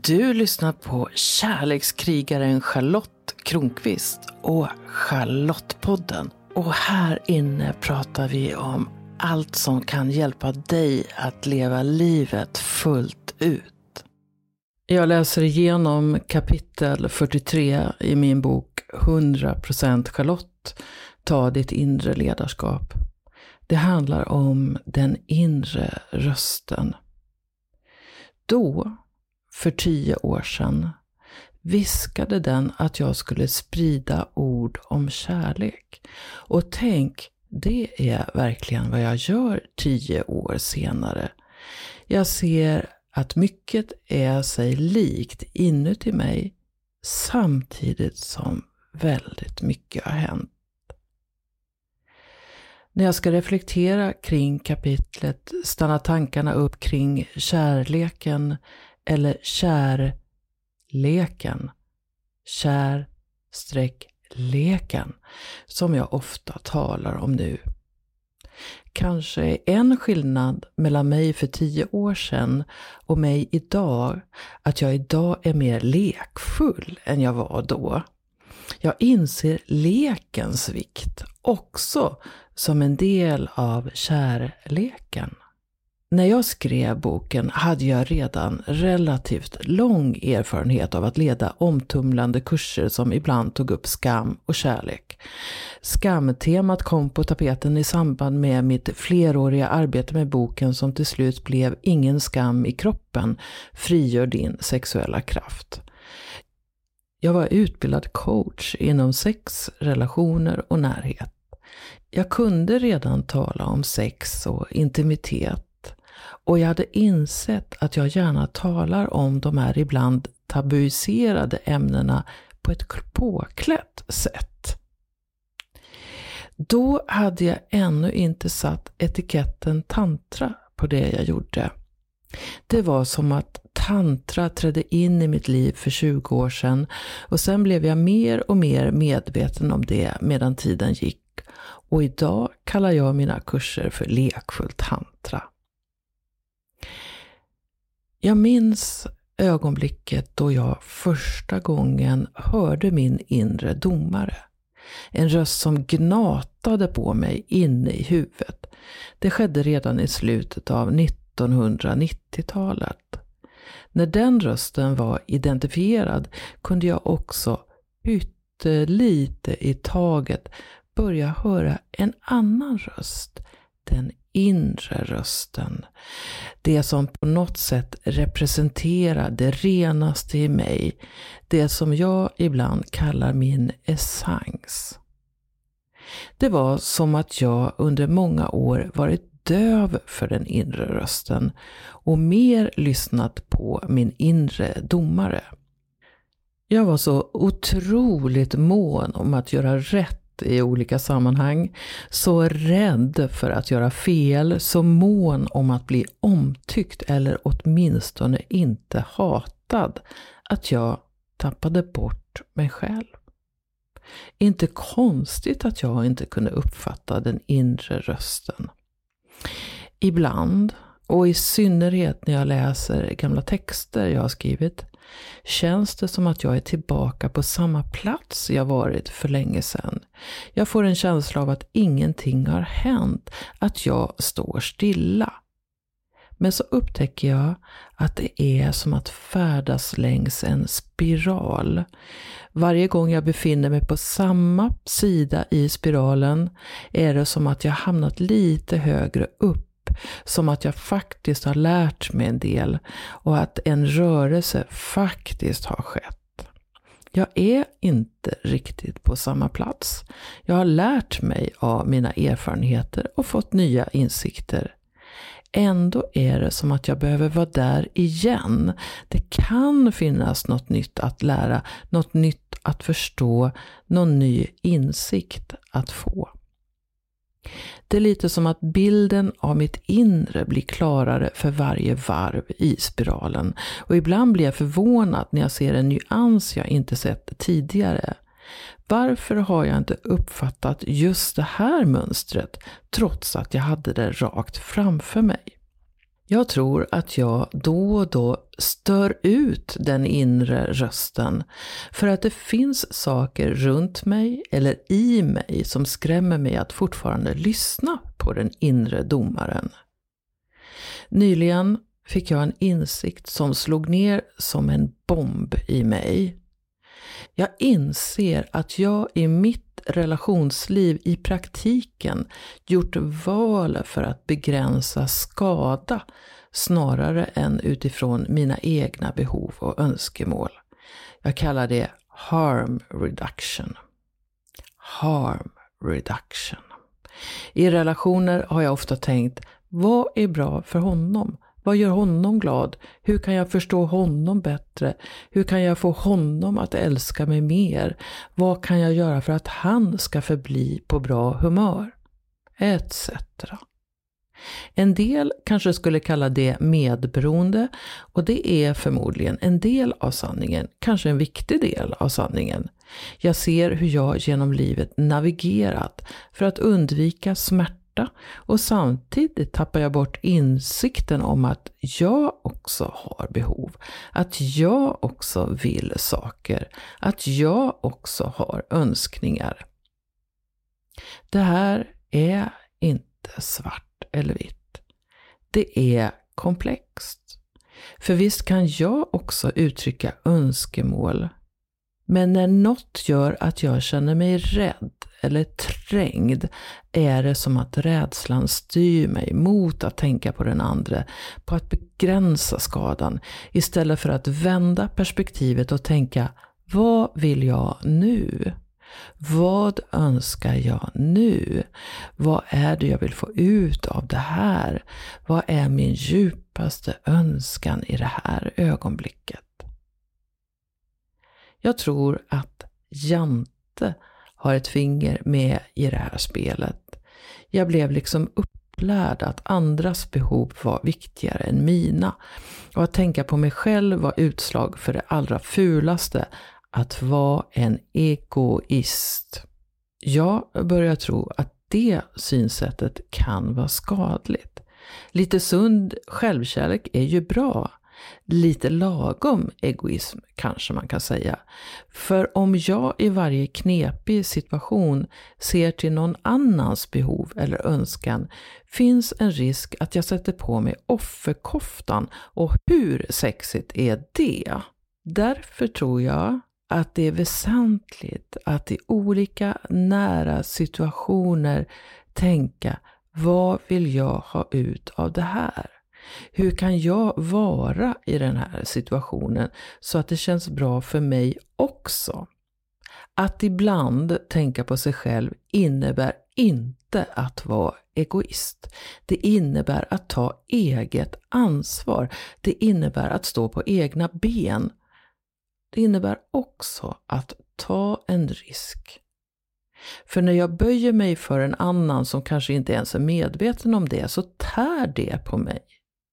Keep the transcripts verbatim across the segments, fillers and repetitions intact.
Du lyssnar på kärlekskrigaren Charlotte Kronqvist och Charlottepodden. Och här inne pratar vi om allt som kan hjälpa dig att leva livet fullt ut. Jag läser igenom kapitel fyrtiotre i min bok hundra procent Charlotte, ta ditt inre ledarskap. Det handlar om den inre rösten. Då, för tio år sedan, viskade den att jag skulle sprida ord om kärlek. Och tänk, det är verkligen vad jag gör tio år senare. Jag ser att mycket är sig likt inuti mig, samtidigt som väldigt mycket har hänt. När jag ska reflektera kring kapitlet stannar tankarna upp kring kärleken eller kärleken, kär-leken, som jag ofta talar om nu. Kanske är en skillnad mellan mig för tio år sedan och mig idag att jag idag är mer lekfull än jag var då. Jag inser lekens vikt också som en del av kärleken. När jag skrev boken hade jag redan relativt lång erfarenhet av att leda omtumlande kurser som ibland tog upp skam och kärlek. Skamtemat kom på tapeten i samband med mitt fleråriga arbete med boken som till slut blev Ingen skam i kroppen, frigör din sexuella kraft. Jag var utbildad coach inom sex, relationer och närhet. Jag kunde redan tala om sex och intimitet. Och jag hade insett att jag gärna talar om de här ibland tabuiserade ämnena på ett påklätt sätt. Då hade jag ännu inte satt etiketten tantra på det jag gjorde. Det var som att tantra trädde in i mitt liv för tjugo år sedan och sen blev jag mer och mer medveten om det medan tiden gick. Och idag kallar jag mina kurser för lekfull tantra. Jag minns ögonblicket då jag första gången hörde min inre domare. En röst som gnatade på mig inne i huvudet. Det skedde redan i slutet av nittonhundranittiotalet. När den rösten var identifierad kunde jag också pyttelite i taget börja höra en annan röst. Den inre rösten. Det som på något sätt representerar det renaste i mig. Det som jag ibland kallar min essens. Det var som att jag under många år varit döv för den inre rösten och mer lyssnat på min inre domare. Jag var så otroligt mån om att göra rätt i olika sammanhang, så rädd för att göra fel, så mån om att bli omtyckt eller åtminstone inte hatad, att jag tappade bort mig själv. Inte konstigt att jag inte kunde uppfatta den inre rösten. Ibland, och i synnerhet när jag läser gamla texter jag har skrivit, känns det som att jag är tillbaka på samma plats jag varit för länge sedan. Jag får en känsla av att ingenting har hänt, att jag står stilla. Men så upptäcker jag att det är som att färdas längs en spiral. Varje gång jag befinner mig på samma sida i spiralen är det som att jag hamnat lite högre upp. Som att jag faktiskt har lärt mig en del och att en rörelse faktiskt har skett. Jag är inte riktigt på samma plats. Jag har lärt mig av mina erfarenheter och fått nya insikter. Ändå är det som att jag behöver vara där igen. Det kan finnas något nytt att lära, något nytt att förstå, någon ny insikt att få. Det är lite som att bilden av mitt inre blir klarare för varje varv i spiralen. Och ibland blir jag förvånad när jag ser en nyans jag inte sett tidigare. Varför har jag inte uppfattat just det här mönstret trots att jag hade det rakt framför mig? Jag tror att jag då och då stör ut den inre rösten för att det finns saker runt mig eller i mig som skrämmer mig att fortfarande lyssna på den inre domaren. Nyligen fick jag en insikt som slog ner som en bomb i mig. Jag inser att jag i mitt relationsliv i praktiken gjort val för att begränsa skada snarare än utifrån mina egna behov och önskemål. Jag kallar det harm reduction. Harm reduction. I relationer har jag ofta tänkt, vad är bra för honom? Vad gör honom glad? Hur kan jag förstå honom bättre? Hur kan jag få honom att älska mig mer? Vad kan jag göra för att han ska förbli på bra humör? Etc. En del kanske skulle kalla det medberoende, och det är förmodligen en del av sanningen, kanske en viktig del av sanningen. Jag ser hur jag genom livet navigerat för att undvika smärta, och samtidigt tappar jag bort insikten om att jag också har behov, att jag också vill saker, att jag också har önskningar. Det här är inte svart eller vitt. Det är komplext. För visst kan jag också uttrycka önskemål, men när något gör att jag känner mig rädd eller trängd är det som att rädslan styr mig mot att tänka på den andra, på att begränsa skadan, istället för att vända perspektivet och tänka, vad vill jag nu? Vad önskar jag nu? Vad är det jag vill få ut av det här? Vad är min djupaste önskan i det här ögonblicket? Jag tror att Jante har ett finger med i det här spelet. Jag blev liksom upplärd att andras behov var viktigare än mina. Och att tänka på mig själv var utslag för det allra fulaste, att vara en egoist. Jag börjar tro att det synsättet kan vara skadligt. Lite sund självkärlek är ju bra. Lite lagom egoism kanske man kan säga. För om jag i varje knepig situation ser till någon annans behov eller önskan, finns en risk att jag sätter på mig offerkoftan, och hur sexigt är det? Därför tror jag att det är väsentligt att i olika nära situationer tänka, vad vill jag ha ut av det här? Hur kan jag vara i den här situationen så att det känns bra för mig också? Att ibland tänka på sig själv innebär inte att vara egoist. Det innebär att ta eget ansvar. Det innebär att stå på egna ben. Det innebär också att ta en risk. För när jag böjer mig för en annan som kanske inte ens är medveten om det, så tär det på mig.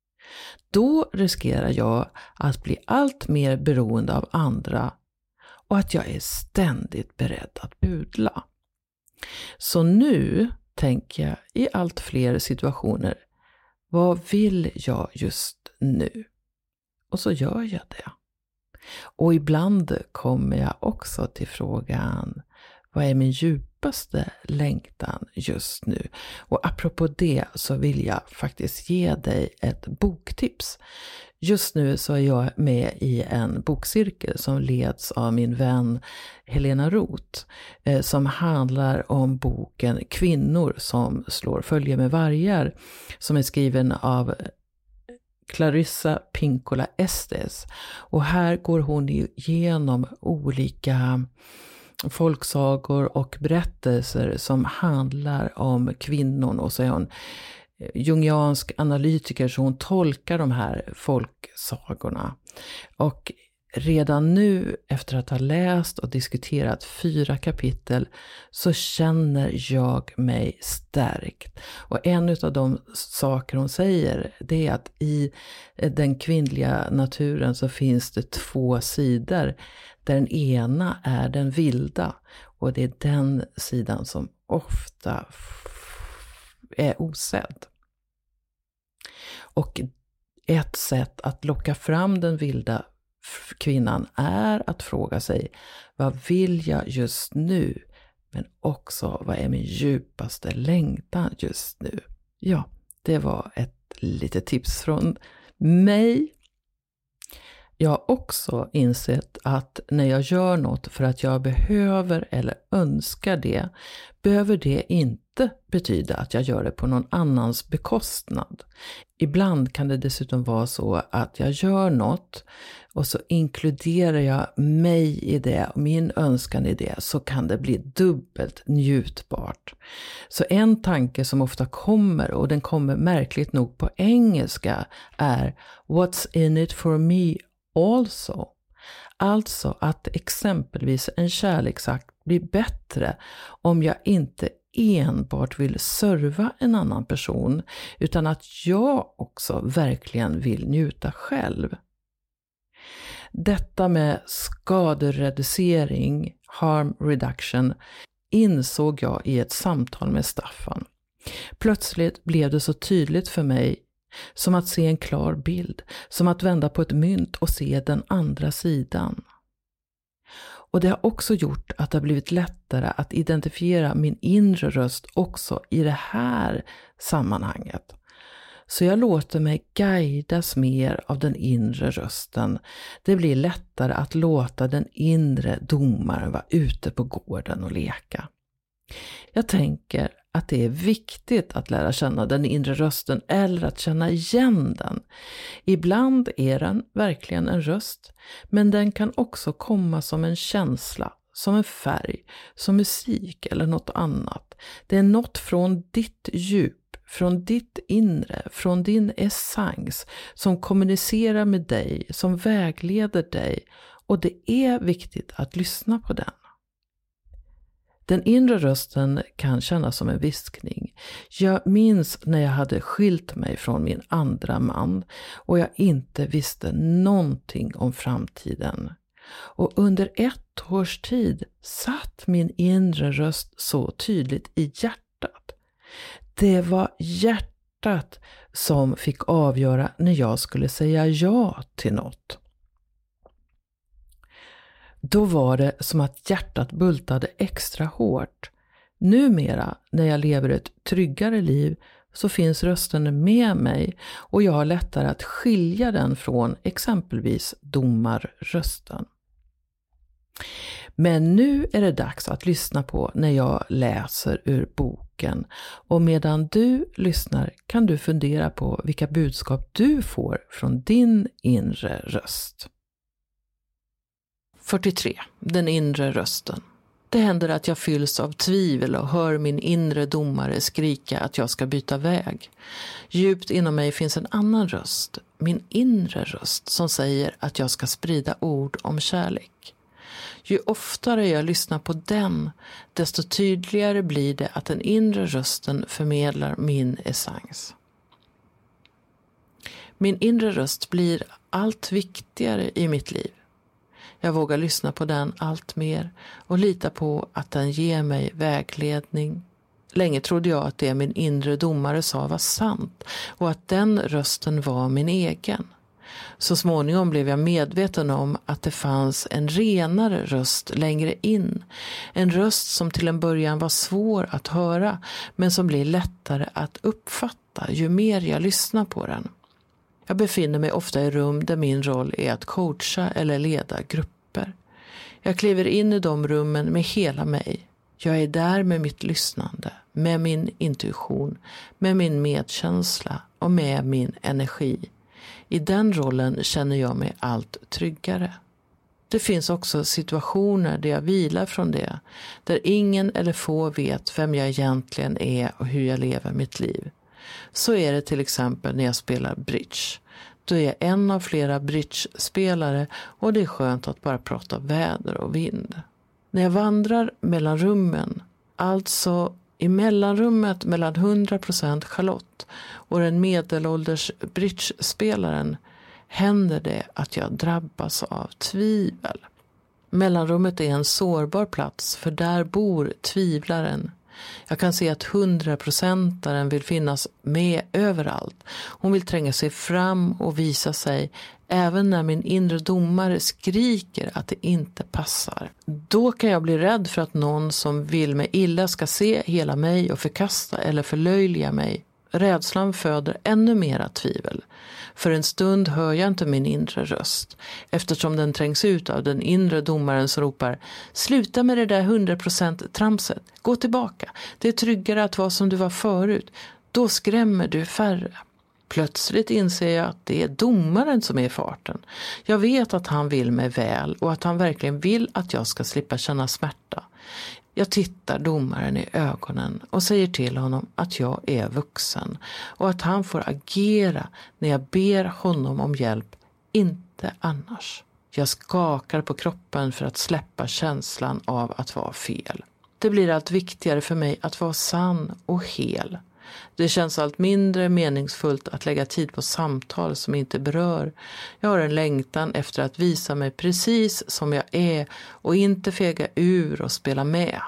Då riskerar jag att bli allt mer beroende av andra och att jag är ständigt beredd att pudla. Så nu tänker jag i allt fler situationer, vad vill jag just nu? Och så gör jag det. Och ibland kommer jag också till frågan, vad är min djupaste längtan just nu? Och apropå det så vill jag faktiskt ge dig ett boktips. Just nu så är jag med i en bokcirkel som leds av min vän Helena Roth, eh, som handlar om boken Kvinnor som slår följe med vargar, som är skriven av Clarissa Pinkola Estes. Och här går hon igenom olika folksagor och berättelser som handlar om kvinnor, och så är hon jungiansk analytiker, så hon tolkar de här folksagorna. Och redan nu, efter att ha läst och diskuterat fyra kapitel, så känner jag mig stärkt. Och en av de saker hon säger, det är att i den kvinnliga naturen så finns det två sidor. Där den ena är den vilda, och det är den sidan som ofta är osedd. Och Ett sätt att locka fram den vilda kvinnan är att fråga sig, vad vill jag just nu? Men också, vad är min djupaste längtan just nu? Ja, det var ett litet tips från mig. Jag har också insett att när jag gör något för att jag behöver eller önskar det, behöver det inte betyda att jag gör det på någon annans bekostnad. Ibland kan det dessutom vara så att jag gör något och så inkluderar jag mig i det och min önskan i det, så kan det bli dubbelt njutbart. Så en tanke som ofta kommer, och den kommer märkligt nog på engelska, är "What's in it for me also?" Alltså att exempelvis en kärleksakt blir bättre om jag inte enbart vill serva en annan person, utan att jag också verkligen vill njuta själv. Detta med skadereducering, harm reduction, insåg jag i ett samtal med Staffan. Plötsligt blev det så tydligt för mig, som att se en klar bild, som att vända på ett mynt och se den andra sidan. Och det har också gjort att det har blivit lättare att identifiera min inre röst också i det här sammanhanget. Så jag låter mig guidas mer av den inre rösten. Det blir lättare att låta den inre domaren vara ute på gården och leka. Jag tänker att det är viktigt att lära känna den inre rösten eller att känna igen den. Ibland är den verkligen en röst, men den kan också komma som en känsla, som en färg, som musik eller något annat. Det är något från ditt djup, från ditt inre, från din essens som kommunicerar med dig, som vägleder dig, och det är viktigt att lyssna på den. Den inre rösten kan kännas som en viskning. Jag minns när jag hade skilt mig från min andra man och jag inte visste någonting om framtiden. Och under ett års tid satt min inre röst så tydligt i hjärtat. Det var hjärtat som fick avgöra när jag skulle säga ja till något. Då var det som att hjärtat bultade extra hårt. Numera, när jag lever ett tryggare liv, så finns rösten med mig och jag har lättare att skilja den från exempelvis domarrösten. Men nu är det dags att lyssna på när jag läser ur boken, och medan du lyssnar kan du fundera på vilka budskap du får från din inre röst. fyrtiotre. Den inre rösten. Det händer att jag fylls av tvivel och hör min inre domare skrika att jag ska byta väg. Djupt inom mig finns en annan röst, min inre röst, som säger att jag ska sprida ord om kärlek. Ju oftare jag lyssnar på den, desto tydligare blir det att den inre rösten förmedlar min essens. Min inre röst blir allt viktigare i mitt liv. Jag vågar lyssna på den allt mer och lita på att den ger mig vägledning. Länge trodde jag att det min inre domare sa var sant och att den rösten var min egen. Så småningom blev jag medveten om att det fanns en renare röst längre in. En röst som till en början var svår att höra, men som blir lättare att uppfatta ju mer jag lyssnar på den. Jag befinner mig ofta i rum där min roll är att coacha eller leda grupper. Jag kliver in i de rummen med hela mig. Jag är där med mitt lyssnande, med min intuition, med min medkänsla och med min energi. I den rollen känner jag mig allt tryggare. Det finns också situationer där jag vilar från det, där ingen eller få vet vem jag egentligen är och hur jag lever mitt liv. Så är det till exempel när jag spelar bridge. Då är jag en av flera bridge-spelare och det är skönt att bara prata väder och vind. När jag vandrar mellan rummen, alltså i mellanrummet mellan hundra procent Charlotte och den medelålders bridge-spelaren, händer det att jag drabbas av tvivel. Mellanrummet är en sårbar plats, för där bor tvivlaren. Jag kan se att hundraprocentaren vill finnas med överallt. Hon vill tränga sig fram och visa sig även när min inre domare skriker att det inte passar. Då kan jag bli rädd för att någon som vill mig illa ska se hela mig och förkasta eller förlöjliga mig. Rädslan föder ännu mera tvivel. För en stund hör jag inte min inre röst, eftersom den trängs ut av den inre domaren som ropar: sluta med det där hundra procent tramset, gå tillbaka, det är tryggare att vara som du var förut, då skrämmer du färre. Plötsligt inser jag att det är domaren som är i farten. Jag vet att han vill mig väl och att han verkligen vill att jag ska slippa känna smärta. Jag tittar domaren i ögonen och säger till honom att jag är vuxen och att han får agera när jag ber honom om hjälp, inte annars. Jag skakar på kroppen för att släppa känslan av att vara fel. Det blir allt viktigare för mig att vara sann och hel. Det känns allt mindre meningsfullt att lägga tid på samtal som inte berör. Jag har en längtan efter att visa mig precis som jag är och inte fega ur och spela med.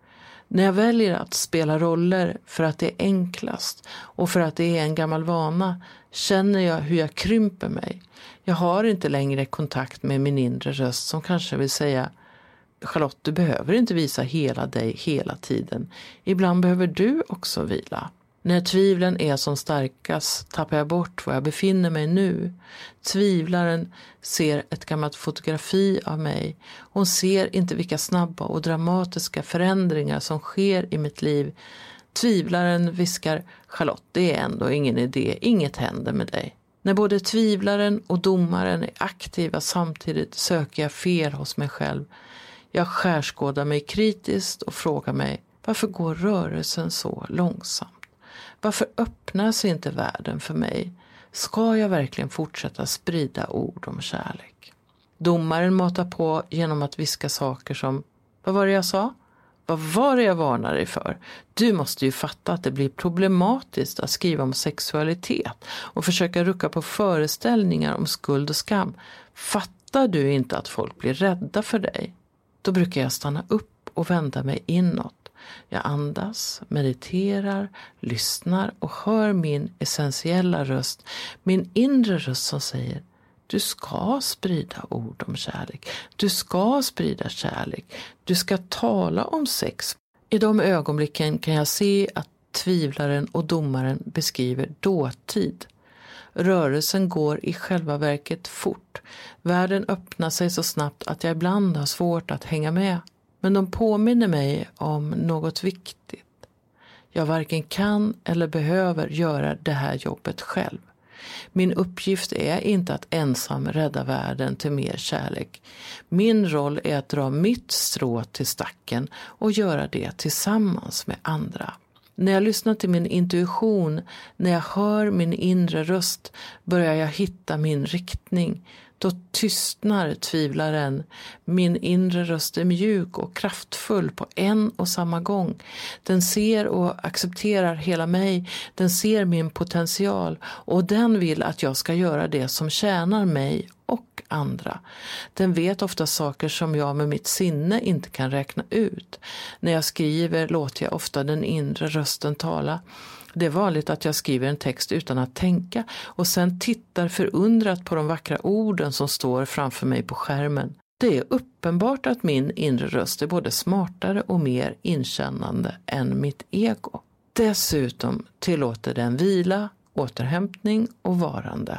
När jag väljer att spela roller för att det är enklast och för att det är en gammal vana, känner jag hur jag krymper mig. Jag har inte längre kontakt med min inre röst som kanske vill säga: Charlotte, du behöver inte visa hela dig hela tiden. Ibland behöver du också vila. När tvivlen är som starkast tappar jag bort var jag befinner mig nu. Tvivlaren ser ett gammalt fotografi av mig. Hon ser inte vilka snabba och dramatiska förändringar som sker i mitt liv. Tvivlaren viskar: Charlotte, det är ändå ingen idé, inget händer med dig. När både tvivlaren och domaren är aktiva samtidigt söker jag fel hos mig själv. Jag skärskådar mig kritiskt och frågar mig: varför går rörelsen så långsamt? Varför öppnar sig inte världen för mig? Ska jag verkligen fortsätta sprida ord om kärlek? Domaren matar på genom att viska saker som: vad var det jag sa? Vad var det jag varnade dig för? Du måste ju fatta att det blir problematiskt att skriva om sexualitet och försöka rucka på föreställningar om skuld och skam. Fattar du inte att folk blir rädda för dig? Då brukar jag stanna upp och vända mig inåt. Jag andas, mediterar, lyssnar och hör min essentiella röst, min inre röst som säger: du ska sprida ord om kärlek, du ska sprida kärlek, du ska tala om sex. I de ögonblicken kan jag se att tvivlaren och domaren beskriver dåtid. Rörelsen går i själva verket fort. Världen öppnar sig så snabbt att jag ibland har svårt att hänga med. Men de påminner mig om något viktigt. Jag varken kan eller behöver göra det här jobbet själv. Min uppgift är inte att ensam rädda världen till mer kärlek. Min roll är att dra mitt strå till stacken och göra det tillsammans med andra. När jag lyssnar till min intuition, när jag hör min inre röst, börjar jag hitta min riktning. Då tystnar tvivlaren. Min inre röst är mjuk och kraftfull på en och samma gång. Den ser och accepterar hela mig. Den ser min potential och den vill att jag ska göra det som tjänar mig och andra. Den vet ofta saker som jag med mitt sinne inte kan räkna ut. När jag skriver låter jag ofta den inre rösten tala. Det är vanligt att jag skriver en text utan att tänka och sen tittar förundrat på de vackra orden som står framför mig på skärmen. Det är uppenbart att min inre röst är både smartare och mer inkännande än mitt ego. Dessutom tillåter den vila, återhämtning och varande.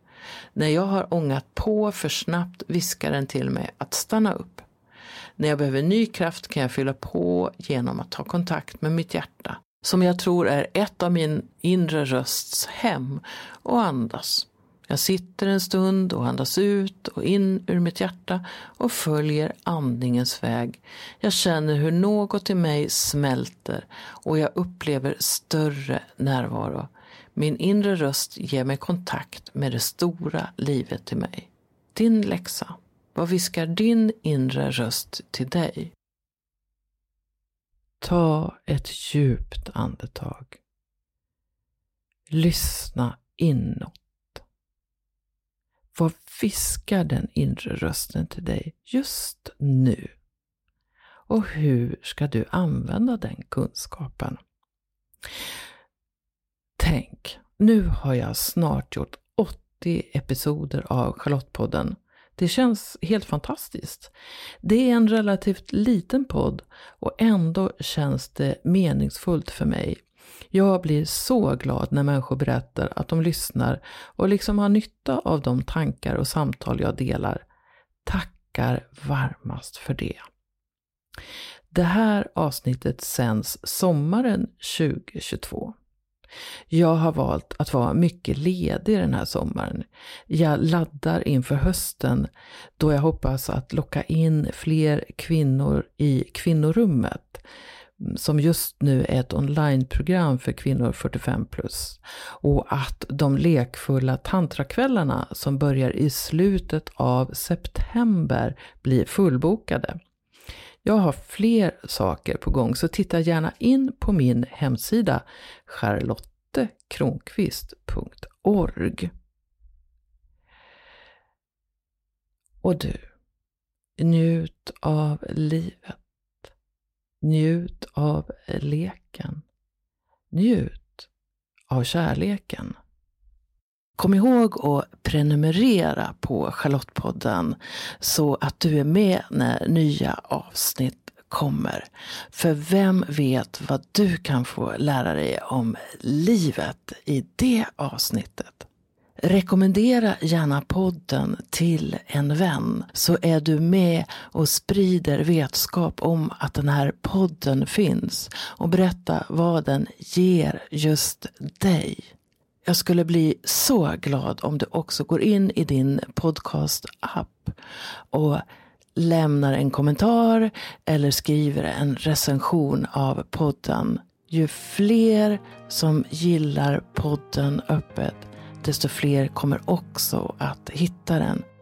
När jag har ångat på för snabbt viskar den till mig att stanna upp. När jag behöver ny kraft kan jag fylla på genom att ta kontakt med mitt hjärta, som jag tror är ett av min inre rösts hem, och andas. Jag sitter en stund och andas ut och in ur mitt hjärta och följer andningens väg. Jag känner hur något i mig smälter och jag upplever större närvaro. Min inre röst ger mig kontakt med det stora livet i mig. Din läxa. Vad viskar din inre röst till dig? Ta ett djupt andetag. Lyssna inåt. Vad viskar den inre rösten till dig just nu? Och hur ska du använda den kunskapen? Tänk, nu har jag snart gjort åttio episoder av Charlottepodden. Det känns helt fantastiskt. Det är en relativt liten podd och ändå känns det meningsfullt för mig. Jag blir så glad när människor berättar att de lyssnar och liksom har nytta av de tankar och samtal jag delar. Tackar varmast för det. Det här avsnittet sänds sommaren tjugo tjugotvå. Jag har valt att vara mycket ledig den här sommaren. Jag laddar inför hösten då jag hoppas att locka in fler kvinnor i kvinnorummet, som just nu är ett onlineprogram för kvinnor fyrtiofem plus, och att de lekfulla tantrakvällarna som börjar i slutet av september blir fullbokade. Jag har fler saker på gång, så titta gärna in på min hemsida charlotte kronqvist punkt org. Och du, njut av livet. Njut av leken. Njut av kärleken. Kom ihåg att prenumerera på Charlottepodden så att du är med när nya avsnitt kommer. För vem vet vad du kan få lära dig om livet i det avsnittet. Rekommendera gärna podden till en vän så är du med och sprider vetskap om att den här podden finns, och berätta vad den ger just dig. Jag skulle bli så glad om du också går in i din podcast-app och lämnar en kommentar eller skriver en recension av podden. Ju fler som gillar podden öppet, desto fler kommer också att hitta den.